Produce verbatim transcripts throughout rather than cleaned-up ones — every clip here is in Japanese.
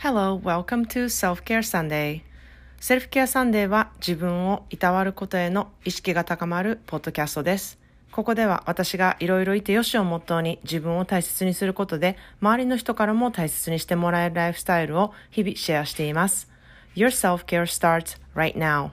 Hello, welcome to Self-Care Sunday. セルフケアサンデーは自分をいたわることへの意識が高まるポッドキャストです。ここでは私がいろいろいてよしをモットーに自分を大切にすることで周りの人からも大切にしてもらえるライフスタイルを日々シェアしています。Your self-care starts right now.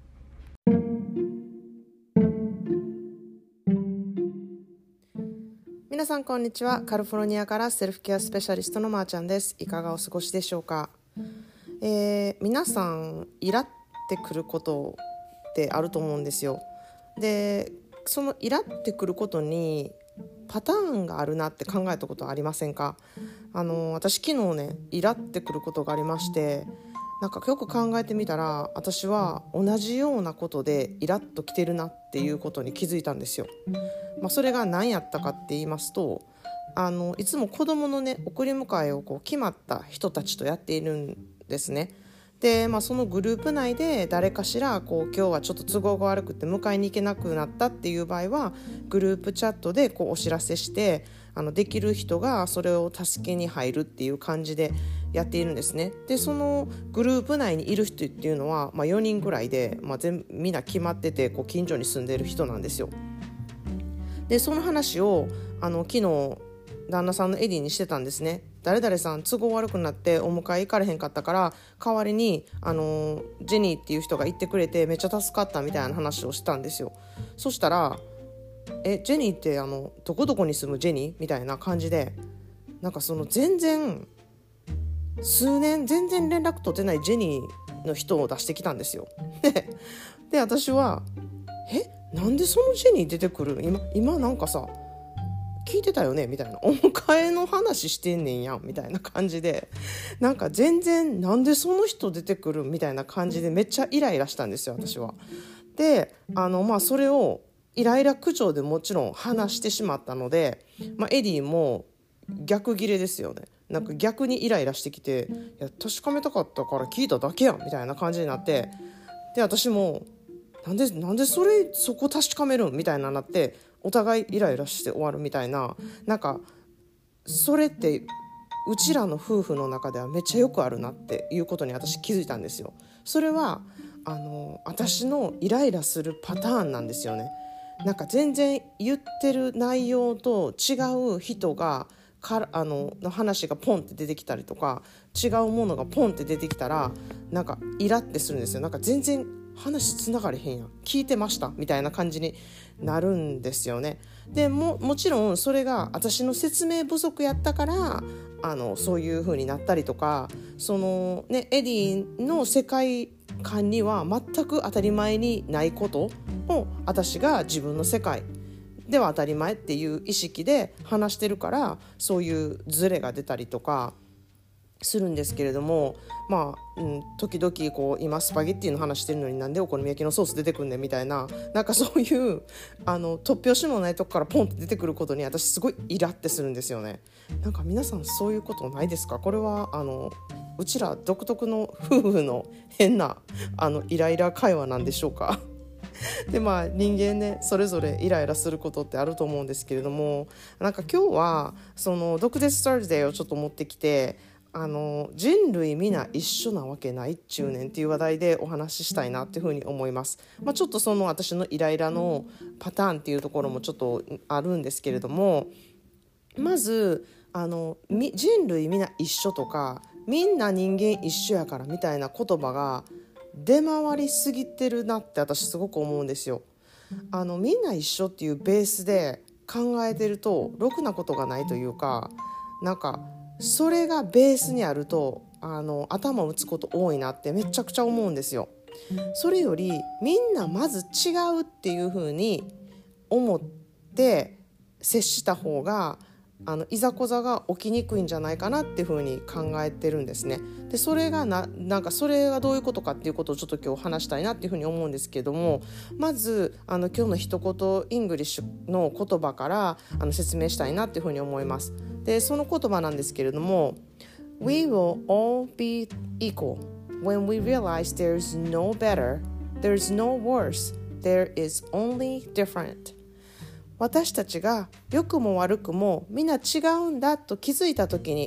皆さんこんにちは。カリフォルニアからセルフケアスペシャリストのまーちゃんです。いかがお過ごしでしょうか。えー、皆さんイラってくることってあると思うんですよ。でそのイラってくることにパターンがあるなって考えたことありませんか？あの私昨日ねイラってくることがありまして、なんかよく考えてみたら私は同じようなことでイラッときてるなっていうことに気づいたんですよ。まあ、それが何やったかって言いますと、あのいつも子供のね送り迎えをこう決まった人たちとやっているんですね。で、まあ、そのグループ内で誰かしらこう今日はちょっと都合が悪くて迎えに行けなくなったっていう場合はグループチャットでこうお知らせして、あのできる人がそれを助けに入るっていう感じでやっているんですね。でそのグループ内にいる人っていうのは、まあ、よにんぐらいで、まあ、全みんな決まっててこう近所に住んでる人なんですよ。でその話をあの昨日旦那さんのエディにしてたんですね。誰々さん都合悪くなってお迎え行かれへんかったから代わりにあのジェニーっていう人が行ってくれてめっちゃ助かったみたいな話をしたんですよ。そしたらえジェニーってあのどこどこに住むジェニーみたいな感じで、なんかその全然数年全然連絡取ってないジェニーの人を出してきたんですよ。で私はえなんでそのジェニー出てくる今今なんかさ聞いてたよねみたいな、お迎えの話してんねんやんみたいな感じで、なんか全然なんでその人出てくるみたいな感じでめっちゃイライラしたんですよ私は。であのまあそれをイライラ口調でもちろん話してしまったので、まあ、エディも逆ギレですよね。なんか逆にイライラしてきて、いや確かめたかったから聞いただけやんみたいな感じになって、で私もなんでなんでそれそこ確かめるんみたいななって、お互いイライラして終わるみたいな、なんかそれってうちらの夫婦の中ではめっちゃよくあるなっていうことに私気づいたんですよ。それはあの私のイライラするパターンなんですよね。なんか全然言ってる内容と違う人がかあのの話がポンって出てきたりとか、違うものがポンって出てきたらなんかイラってするんですよ。なんか全然話つながれへんやん聞いてましたみたいな感じになるんですよね。で も, もちろんそれが私の説明不足やったからあのそういう風になったりとか、その、ね、エディの世界観には全く当たり前にないことを私が自分の世界では当たり前っていう意識で話してるから、そういうズレが出たりとかするんですけれども、まあ、うん、時々こう今スパゲッティの話してるのになんでお好み焼きのソース出てくんねんみたいな、なんかそういうあの突拍子もないとこからポンって出てくることに私すごいイラってするんですよね。なんか皆さんそういうことないですか？これはあのうちら独特の夫婦の変なあのイライラ会話なんでしょうか？でまあ人間ねそれぞれイライラすることってあると思うんですけれども、なんか今日はその毒舌サーズデーをちょっと持ってきて、あの人類皆一緒なわけないっちゅうねんっていう話題でお話ししたいなっていうふうに思います。まあ、ちょっとその私のイライラのパターンっていうところもちょっとあるんですけれども、まずあの人類皆一緒とかみんな人間一緒やからみたいな言葉が出回りすぎてるなって私すごく思うんですよ。あのみんな一緒っていうベースで考えてるとろくなことがないというか、なんかそれがベースにあるとあの頭を打つこと多いなってめちゃくちゃ思うんですよ。それよりみんなまず違うっていう風に思って接した方があのいざこざが起きにくいんじゃないかなっていう風に考えてるんですね。でそれがな、なんかそれがどういうことかっていうことをちょっと今日話したいなっていう風に思うんですけども、まずあの今日の一言イングリッシュの言葉からあの説明したいなっていう風に思います。でその言葉なんですけれども、 We will all be equal when we realize there's no better, there's no worse, there is only different。私たちが良くも悪くもみんな違うんだと気づいた時に、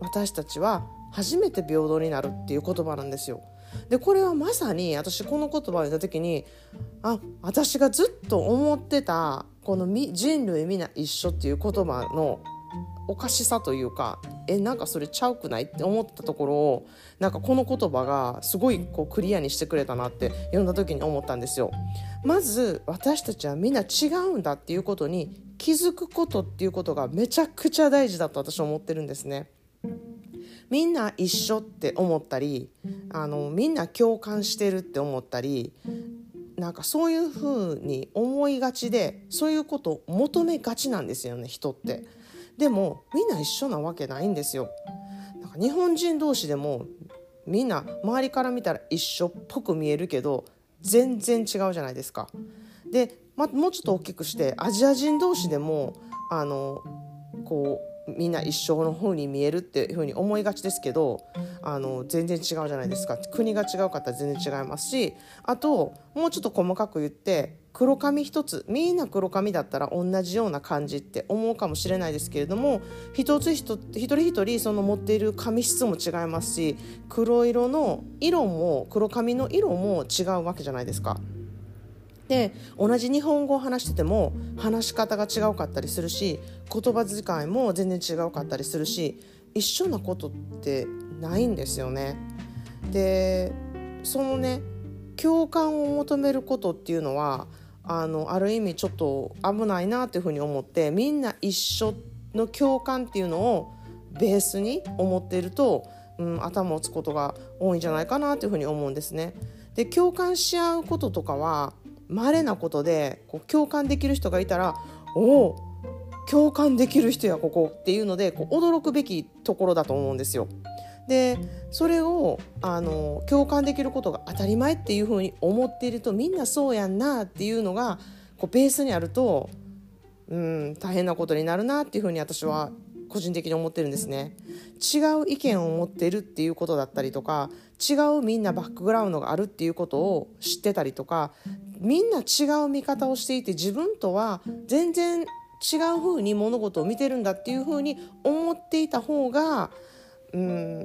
私たちは初めて平等になるっていう言葉なんですよ。でこれはまさに私この言葉を言った時に、あ、私がずっと思ってたこの人類皆一緒っていう言葉のおかしさというか、えなんかそれちゃうくないって思ったところを、なんかこの言葉がすごいこうクリアにしてくれたなって読んだ時に思ったんですよ。まず私たちはみんな違うんだっていうことに気づくことっていうことがめちゃくちゃ大事だと私は思ってるんですね。みんな一緒って思ったり、あのみんな共感してるって思ったり、なんかそういう風に思いがちで、そういうことを求めがちなんですよね、人って。でもみんな一緒なわけないんですよ。なんか日本人同士でもみんな周りから見たら一緒っぽく見えるけど全然違うじゃないですか。で、ま、もうちょっと大きくしてアジア人同士でもあのこうみんな一緒の風に見えるっていう風に思いがちですけど、あの全然違うじゃないですか。国が違うかったら全然違いますし、あともうちょっと細かく言って黒髪一つ、みんな黒髪だったら同じような感じって思うかもしれないですけれども、一つ一つ一人一人その持っている髪質も違いますし、黒色の色も黒髪の色も違うわけじゃないですか。で同じ日本語を話してても話し方が違うかったりするし、言葉遣いも全然違うかったりするし、一緒なことってないんですよね。でそのね共感を求めることっていうのはあのある意味ちょっと危ないなっていうふうに思って、みんな一緒の共感っていうのをベースに思っていると、うん、頭を打つことが多いんじゃないかなっていうふうに思うんですね。で共感し合うこととかは稀なことで、こう共感できる人がいたら、おお共感できる人やここっていうのでこう驚くべきところだと思うんですよ。でそれをあの共感できることが当たり前っていうふうに思っていると、みんなそうやんなっていうのがこうベースにあると、うん大変なことになるなっていうふうに私は個人的に思ってるんですね。違う意見を持っているっていうことだったりとか、違うみんなバックグラウンドがあるっていうことを知ってたりとか、みんな違う見方をしていて自分とは全然違う風に物事を見てるんだっていう風に思っていた方が、うん、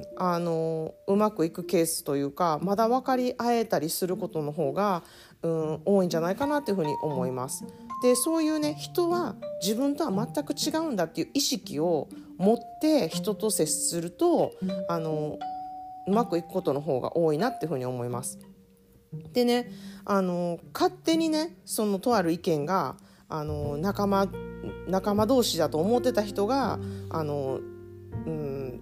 あのうまくいくケースというか、まだ分かり合えたりすることの方が、うん、多いんじゃないかなというふうに思います。でそういうね、人は自分とは全く違うんだっていう意識を持って人と接すると、あのうまくいくことの方が多いなっていうふうに思います。でね、あの勝手にねそのとある意見があの仲間仲間同士だと思ってた人があの、うん、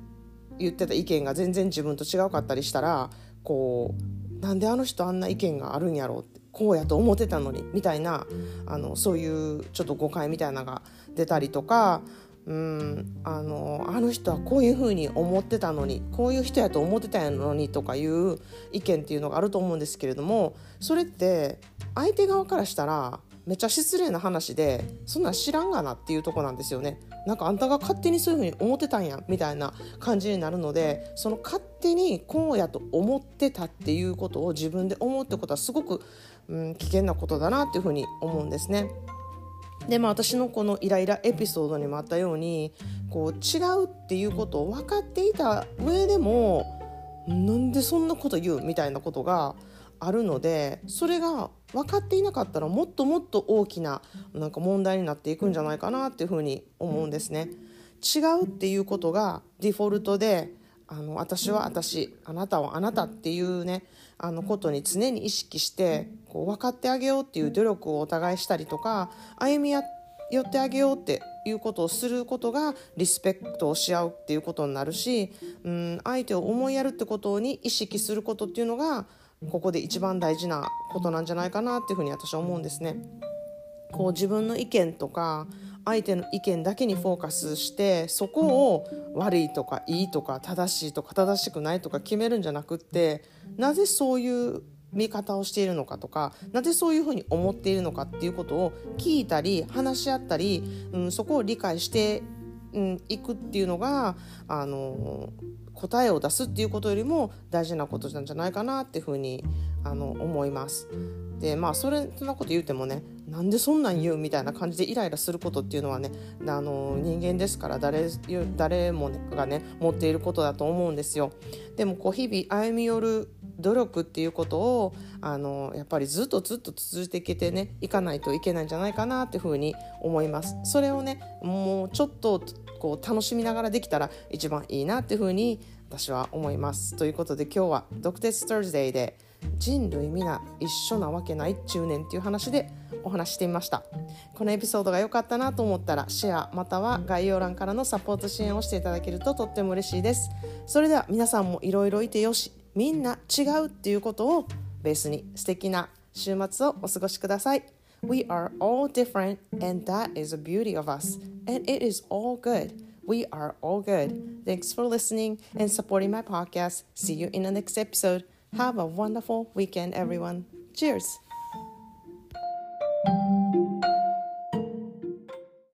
言ってた意見が全然自分と違うかったりしたら、こうなんであの人あんな意見があるんやろうって、こうやと思ってたのにみたいな、あのそういうちょっと誤解みたいなのが出たりとか、うんあのあの人はこういう風に思ってたのに、こういう人やと思ってたのにとかいう意見っていうのがあると思うんですけれども、それって相手側からしたらめっちゃ失礼な話で、そんなん知らんがなっていうとこなんですよね。なんかあんたが勝手にそういう風に思ってたんやみたいな感じになるので、その勝手にこうやと思ってたっていうことを自分で思うってことはすごく、うん、危険なことだなっていう風に思うんですね。でまあ、私のこのイライラエピソードにもあったように、こう違うっていうことを分かっていた上でもなんでそんなこと言うみたいなことがあるので、それが分かっていなかったらもっともっと大きななんか問題になっていくんじゃないかなっていうふうに思うんですね。違うっていうことがデフォルトで、あの私は私、あなたはあなたっていうね、あのことに常に意識してこう分かってあげようっていう努力をお互いしたりとか、歩み寄ってあげようっていうことをすることがリスペクトをし合うっていうことになるし、うん、相手を思いやるってことに意識することっていうのがここで一番大事なことなんじゃないかなっていうふうに私は思うんですね。こう自分の意見とか相手の意見だけにフォーカスして、そこを悪いとかいいとか正しいとか正しくないとか決めるんじゃなくって、なぜそういう見方をしているのかとか、なぜそういうふうに思っているのかっていうことを聞いたり話し合ったり、うん、そこを理解してうん、いくっていうのが、あの答えを出すっていうことよりも大事なことなんじゃないかなっていうふうにあの思います。でまあそれそんなこと言うてもね、 なんでそんなん言うみたいな感じでイライラすることっていうのはね、あの人間ですから 誰, 誰もがね持っていることだと思うんですよ。でもこう日々歩み寄る努力っていうことをあのやっぱりずっとずっと続いていけてねいかないといけないんじゃないかなっていうふうに思います。それをねもうちょっとこう楽しみながらできたら一番いいなっていうふうに私は思います。ということで今日はドクテス Thursday で人類皆一緒なわけない中年っていう話でお話してみました。このエピソードが良かったなと思ったらシェアまたは概要欄からのサポート支援をしていただけるととっても嬉しいです。それでは皆さんもいろいろいてよし、みんな違うっていうことをベースに素敵な週末をお過ごしください。 We are all different and that is the beauty of us and it is all good. We are all good. Thanks for listening and supporting my podcast. See you in the next episode. Have a wonderful weekend, everyone. Cheers.